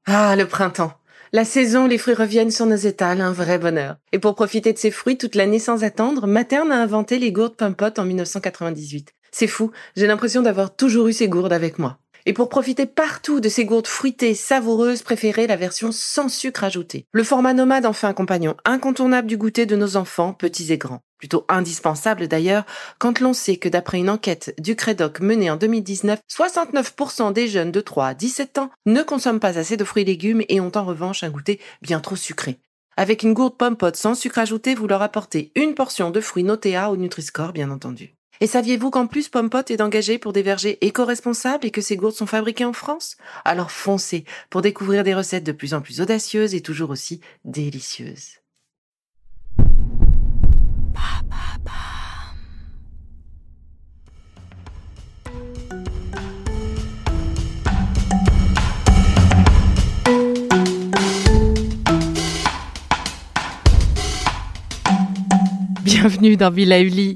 Ah, le printemps. La saison, les fruits reviennent sur nos étals, un vrai bonheur. Et pour profiter de ces fruits toute l'année sans attendre, Materne a inventé les gourdes Pumpote en 1998. C'est fou, j'ai l'impression d'avoir toujours eu ces gourdes avec moi. Et pour profiter partout de ces gourdes fruitées, savoureuses, préférez la version sans sucre ajouté. Le format nomade en fait un compagnon incontournable du goûter de nos enfants, petits et grands. Plutôt indispensable d'ailleurs, quand l'on sait que d'après une enquête du Crédoc menée en 2019, 69% des jeunes de 3 à 17 ans ne consomment pas assez de fruits et légumes et ont en revanche un goûter bien trop sucré. Avec une gourde Pumpote sans sucre ajouté, vous leur apportez une portion de fruits notés A au Nutri-Score, bien entendu. Et saviez-vous qu'en plus Pumpote est engagé pour des vergers éco-responsables et que ces gourdes sont fabriquées en France? Alors foncez pour découvrir des recettes de plus en plus audacieuses et toujours aussi délicieuses. Bienvenue dans Villa Uli.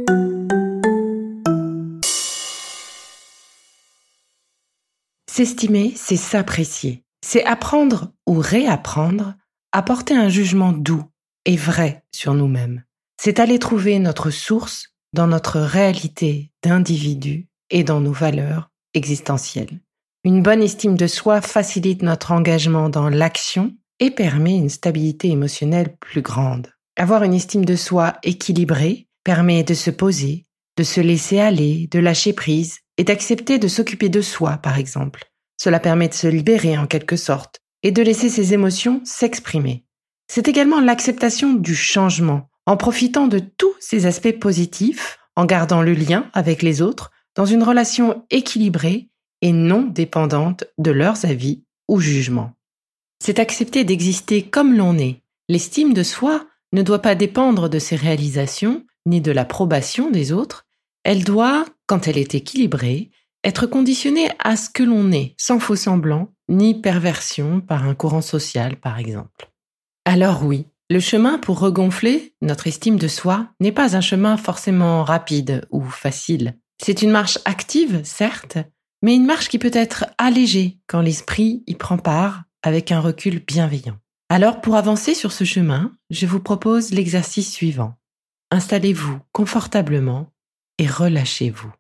S'estimer, c'est s'apprécier. C'est apprendre ou réapprendre à porter un jugement doux et vrai sur nous-mêmes. C'est aller trouver notre source dans notre réalité d'individu et dans nos valeurs existentielles. Une bonne estime de soi facilite notre engagement dans l'action et permet une stabilité émotionnelle plus grande. Avoir une estime de soi équilibrée permet de se poser, de se laisser aller, de lâcher prise et d'accepter de s'occuper de soi, par exemple. Cela permet de se libérer en quelque sorte et de laisser ses émotions s'exprimer. C'est également l'acceptation du changement, en profitant de tous ses aspects positifs, en gardant le lien avec les autres, dans une relation équilibrée et non dépendante de leurs avis ou jugements. C'est accepter d'exister comme l'on est. L'estime de soi ne doit pas dépendre de ses réalisations ni de l'approbation des autres. Elle doit, quand elle est équilibrée, être conditionnée à ce que l'on est, sans faux semblant ni perversion par un courant social, par exemple. Alors oui, le chemin pour regonfler notre estime de soi n'est pas un chemin forcément rapide ou facile. C'est une marche active, certes, mais une marche qui peut être allégée quand l'esprit y prend part avec un recul bienveillant. Alors pour avancer sur ce chemin, je vous propose l'exercice suivant. Installez-vous confortablement et relâchez-vous.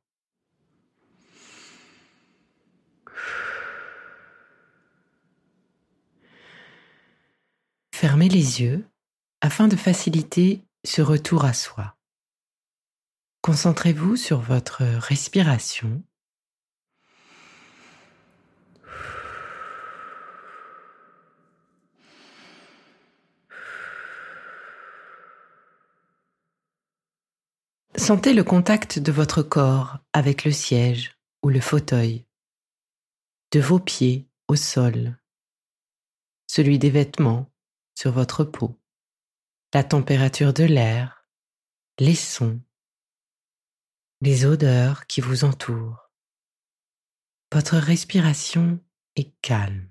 Fermez les yeux afin de faciliter ce retour à soi. Concentrez-vous sur votre respiration. Sentez le contact de votre corps avec le siège ou le fauteuil, de vos pieds au sol, celui des vêtements sur votre peau, la température de l'air, les sons, les odeurs qui vous entourent. Votre respiration est calme.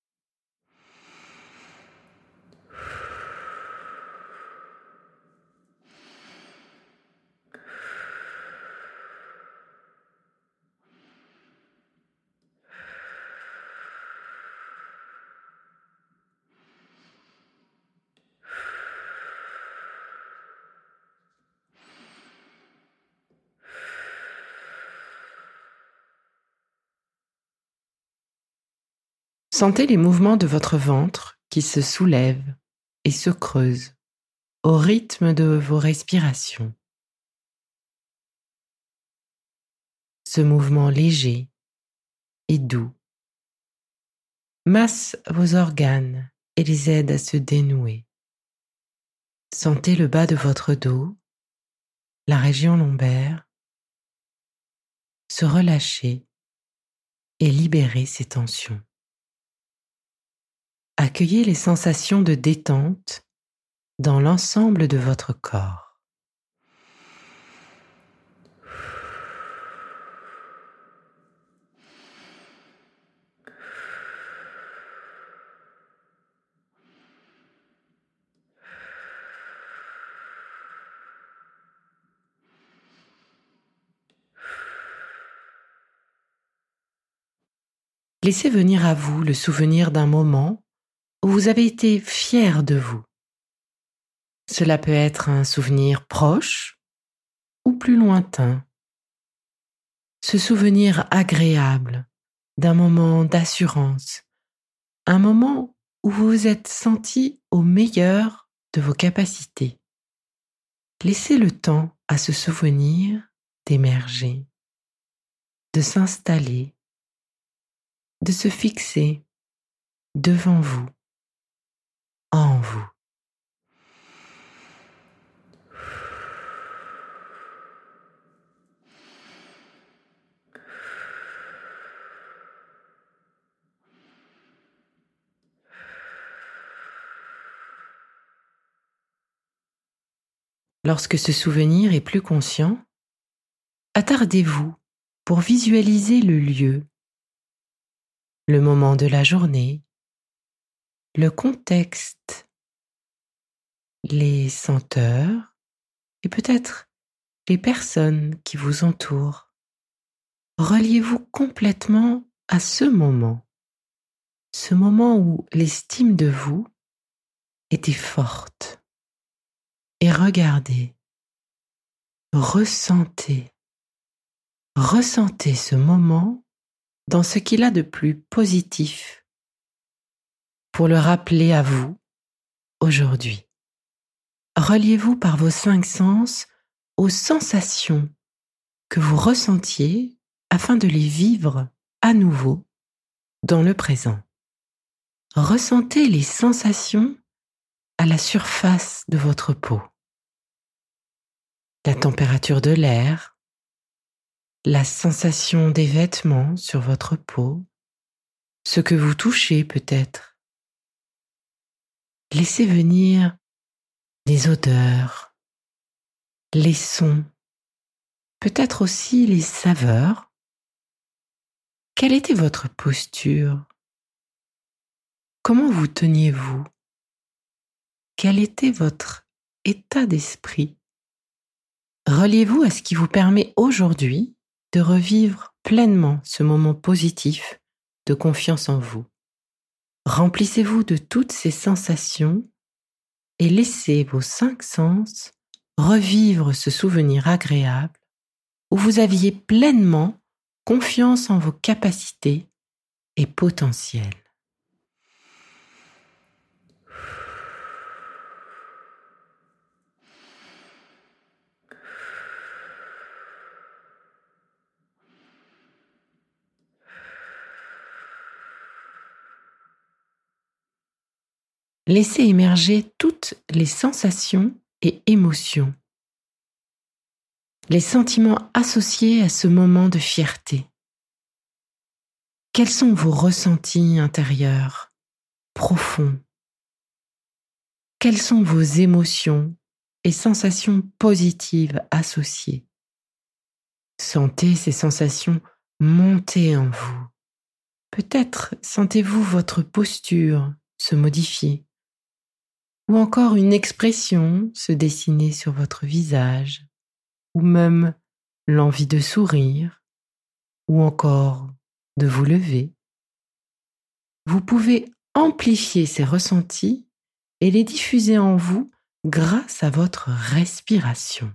Sentez les mouvements de votre ventre qui se soulèvent et se creusent au rythme de vos respirations. Ce mouvement léger et doux masse vos organes et les aide à se dénouer. Sentez le bas de votre dos, la région lombaire, se relâcher et libérer ses tensions. Accueillez les sensations de détente dans l'ensemble de votre corps. Laissez venir à vous le souvenir d'un moment où vous avez été fier de vous. Cela peut être un souvenir proche ou plus lointain. Ce souvenir agréable d'un moment d'assurance, un moment où vous vous êtes senti au meilleur de vos capacités. Laissez le temps à ce souvenir d'émerger, de s'installer, de se fixer devant vous, en vous. Lorsque ce souvenir est plus conscient, attardez-vous pour visualiser le lieu, le moment de la journée, le contexte, les senteurs et peut-être les personnes qui vous entourent. Reliez-vous complètement à ce moment où l'estime de vous était forte. Et regardez, ressentez ce moment dans ce qu'il a de plus positif pour le rappeler à vous aujourd'hui. Reliez-vous par vos 5 sens aux sensations que vous ressentiez afin de les vivre à nouveau dans le présent. Ressentez les sensations à la surface de votre peau. La température de l'air, la sensation des vêtements sur votre peau, ce que vous touchez peut-être. Laissez venir les odeurs, les sons, peut-être aussi les saveurs. Quelle était votre posture? Comment vous teniez-vous? Quel était votre état d'esprit? Reliez-vous à ce qui vous permet aujourd'hui de revivre pleinement ce moment positif de confiance en vous. Remplissez-vous de toutes ces sensations et laissez vos 5 sens revivre ce souvenir agréable où vous aviez pleinement confiance en vos capacités et potentiels. Laissez émerger toutes les sensations et émotions, les sentiments associés à ce moment de fierté. Quels sont vos ressentis intérieurs, profonds? Quelles sont vos émotions et sensations positives associées? Sentez ces sensations monter en vous. Peut-être sentez-vous votre posture se modifier, ou encore une expression se dessiner sur votre visage, ou même l'envie de sourire, ou encore de vous lever. Vous pouvez amplifier ces ressentis et les diffuser en vous grâce à votre respiration.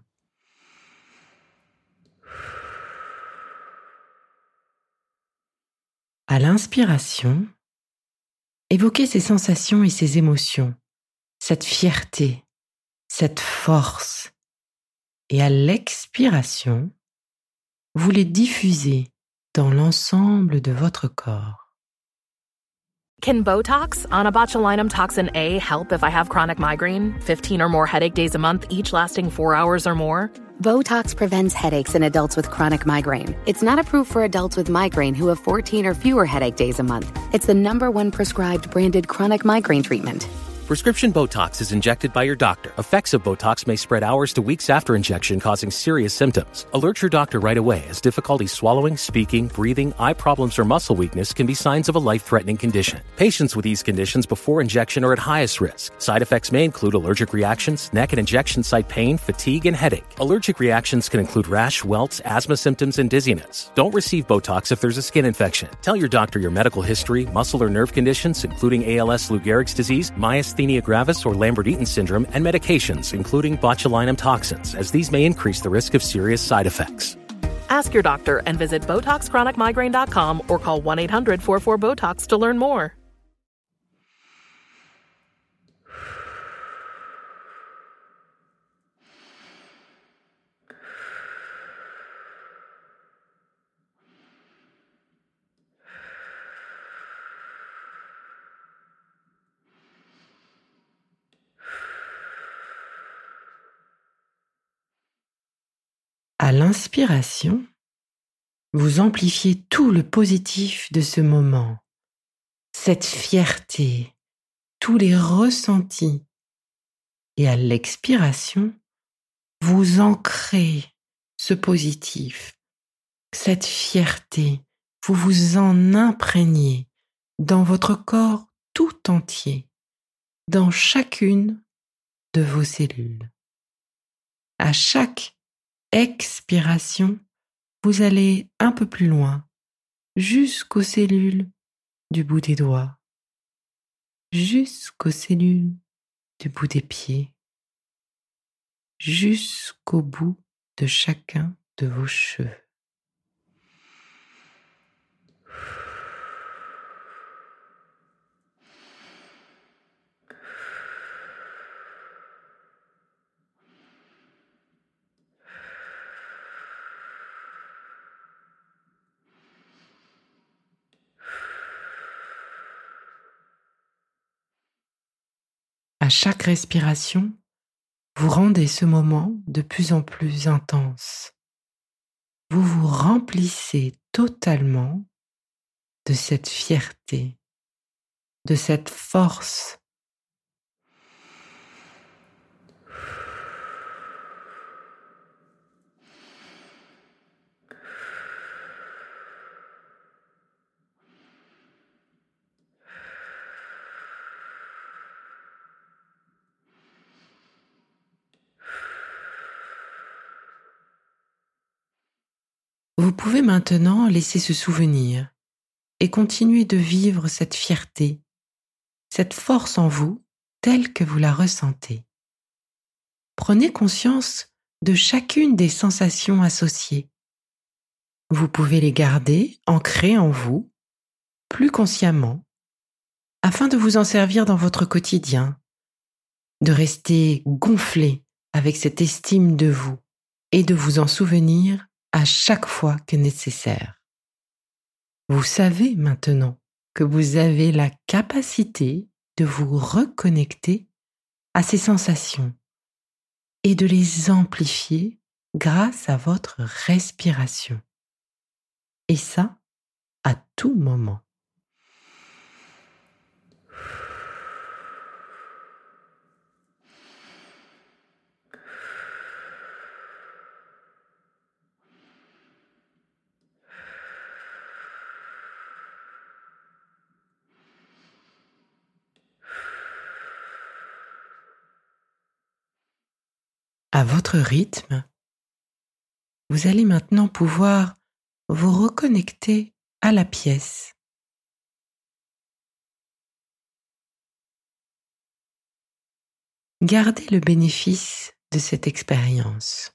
À l'inspiration, évoquez ces sensations et ces émotions, cette fierté, cette force. Et à l'expiration, vous les diffusez dans l'ensemble de votre corps. Can Botox, onabotulinum toxin A, help if I have chronic migraine? 15 or more headache days a month, each lasting 4 hours or more? Botox prevents headaches in adults with chronic migraine. It's not approved for adults with migraine who have 14 or fewer headache days a month. It's the #1 prescribed branded chronic migraine treatment. Prescription Botox is injected by your doctor. Effects of Botox may spread hours to weeks after injection, causing serious symptoms. Alert your doctor right away, as difficulty swallowing, speaking, breathing, eye problems, or muscle weakness can be signs of a life-threatening condition. Patients with these conditions before injection are at highest risk. Side effects may include allergic reactions, neck and injection site pain, fatigue, and headache. Allergic reactions can include rash, welts, asthma symptoms, and dizziness. Don't receive Botox if there's a skin infection. Tell your doctor your medical history, muscle or nerve conditions, including ALS, Lou Gehrig's disease, myasthenia gravis, or Lambert-Eaton syndrome, and medications, including botulinum toxins, as these may increase the risk of serious side effects. Ask your doctor and visit BotoxChronicMigraine.com or call 1-800-44-BOTOX to learn more. À l'inspiration, vous amplifiez tout le positif de ce moment, cette fierté, tous les ressentis. Et à l'expiration, vous ancrez ce positif, cette fierté, vous vous en imprégnez dans votre corps tout entier, dans chacune de vos cellules. À chaque expiration, vous allez un peu plus loin, jusqu'aux cellules du bout des doigts, jusqu'aux cellules du bout des pieds, jusqu'au bout de chacun de vos cheveux. À chaque respiration, vous rendez ce moment de plus en plus intense. Vous vous remplissez totalement de cette fierté, de cette force. Vous pouvez maintenant laisser ce souvenir et continuer de vivre cette fierté, cette force en vous telle que vous la ressentez. Prenez conscience de chacune des sensations associées. Vous pouvez les garder ancrées en vous, plus consciemment, afin de vous en servir dans votre quotidien, de rester gonflé avec cette estime de vous et de vous en souvenir à chaque fois que nécessaire. Vous savez maintenant que vous avez la capacité de vous reconnecter à ces sensations et de les amplifier grâce à votre respiration. Et ça, à tout moment. À votre rythme, vous allez maintenant pouvoir vous reconnecter à la pièce. Gardez le bénéfice de cette expérience.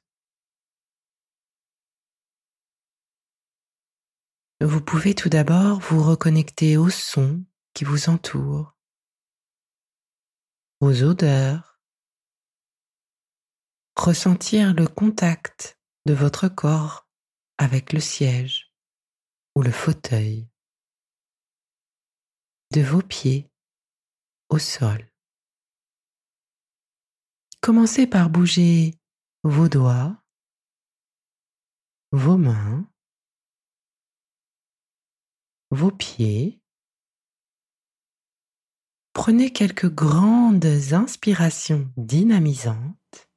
Vous pouvez tout d'abord vous reconnecter aux sons qui vous entourent, aux odeurs, ressentir le contact de votre corps avec le siège ou le fauteuil, de vos pieds au sol. Commencez par bouger vos doigts, vos mains, vos pieds. prenez quelques grandes inspirations dynamisantes.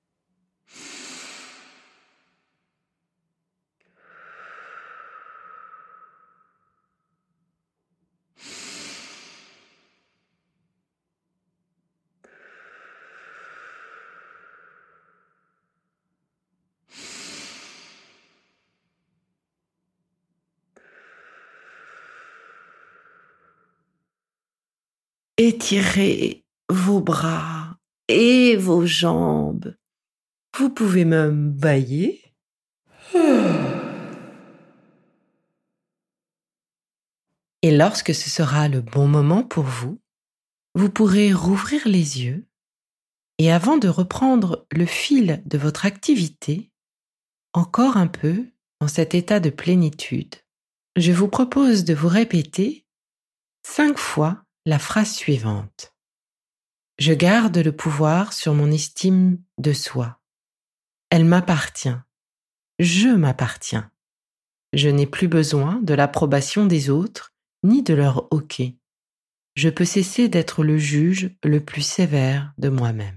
Étirez vos bras et vos jambes. Vous pouvez même bâiller. Et lorsque ce sera le bon moment pour vous, vous pourrez rouvrir les yeux et avant de reprendre le fil de votre activité, encore un peu dans cet état de plénitude, je vous propose de vous répéter 5 fois la phrase suivante. Je garde le pouvoir sur mon estime de soi. Elle m'appartient. Je m'appartiens. Je n'ai plus besoin de l'approbation des autres ni de leur hoquet. Je peux cesser d'être le juge le plus sévère de moi-même.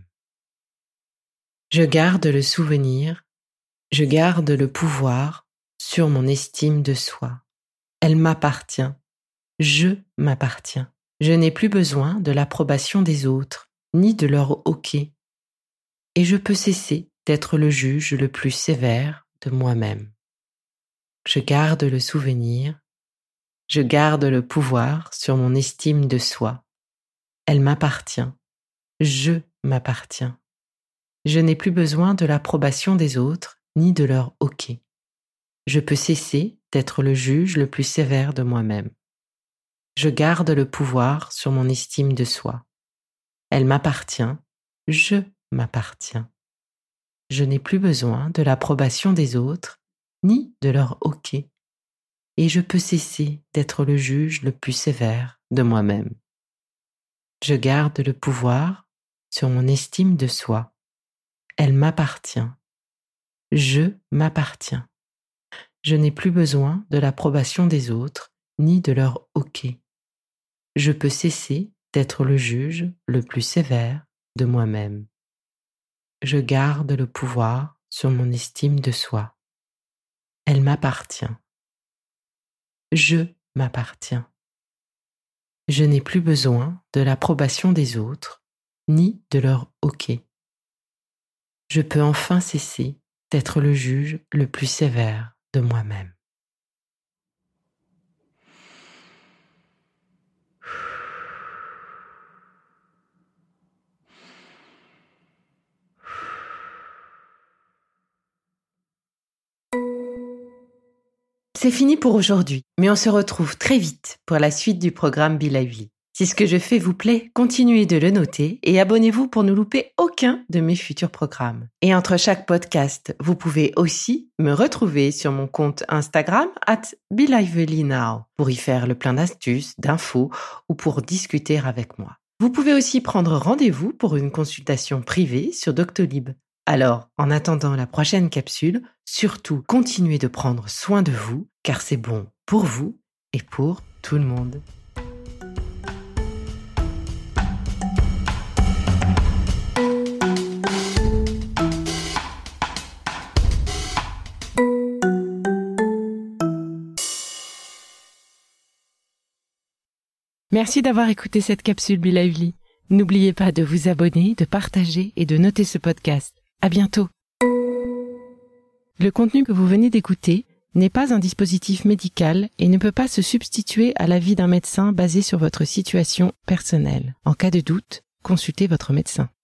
Je garde le souvenir. Je garde le pouvoir sur mon estime de soi. Elle m'appartient. Je m'appartiens. Je n'ai plus besoin de l'approbation des autres, ni de leur hoquet. Et je peux cesser d'être le juge le plus sévère de moi-même. Je garde le souvenir. Je garde le pouvoir sur mon estime de soi. Elle m'appartient. Je m'appartiens. Je n'ai plus besoin de l'approbation des autres, ni de leur hoquet. Je peux cesser d'être le juge le plus sévère de moi-même. Je garde le pouvoir sur mon estime de soi. Elle m'appartient. Je m'appartiens. Je n'ai plus besoin de l'approbation des autres, ni de leur hoquet. Et je peux cesser d'être le juge le plus sévère de moi-même. Je garde le pouvoir sur mon estime de soi. Elle m'appartient. Je m'appartiens. Je n'ai plus besoin de l'approbation des autres, ni de leur hoquet. Je peux cesser d'être le juge le plus sévère de moi-même. Je garde le pouvoir sur mon estime de soi. Elle m'appartient. Je m'appartiens. Je n'ai plus besoin de l'approbation des autres, ni de leur hoquet. Je peux enfin cesser d'être le juge le plus sévère de moi-même. C'est fini pour aujourd'hui, mais on se retrouve très vite pour la suite du programme Be Lively. Si ce que je fais vous plaît, continuez de le noter et abonnez-vous pour ne louper aucun de mes futurs programmes. Et entre chaque podcast, vous pouvez aussi me retrouver sur mon compte Instagram @BeLivelyNow pour y faire le plein d'astuces, d'infos ou pour discuter avec moi. Vous pouvez aussi prendre rendez-vous pour une consultation privée sur Doctolib. Alors, en attendant la prochaine capsule, surtout continuez de prendre soin de vous, car c'est bon pour vous et pour tout le monde. Merci d'avoir écouté cette capsule Be Lively. N'oubliez pas de vous abonner, de partager et de noter ce podcast. À bientôt. Le contenu que vous venez d'écouter n'est pas un dispositif médical et ne peut pas se substituer à l'avis d'un médecin basé sur votre situation personnelle. En cas de doute, consultez votre médecin.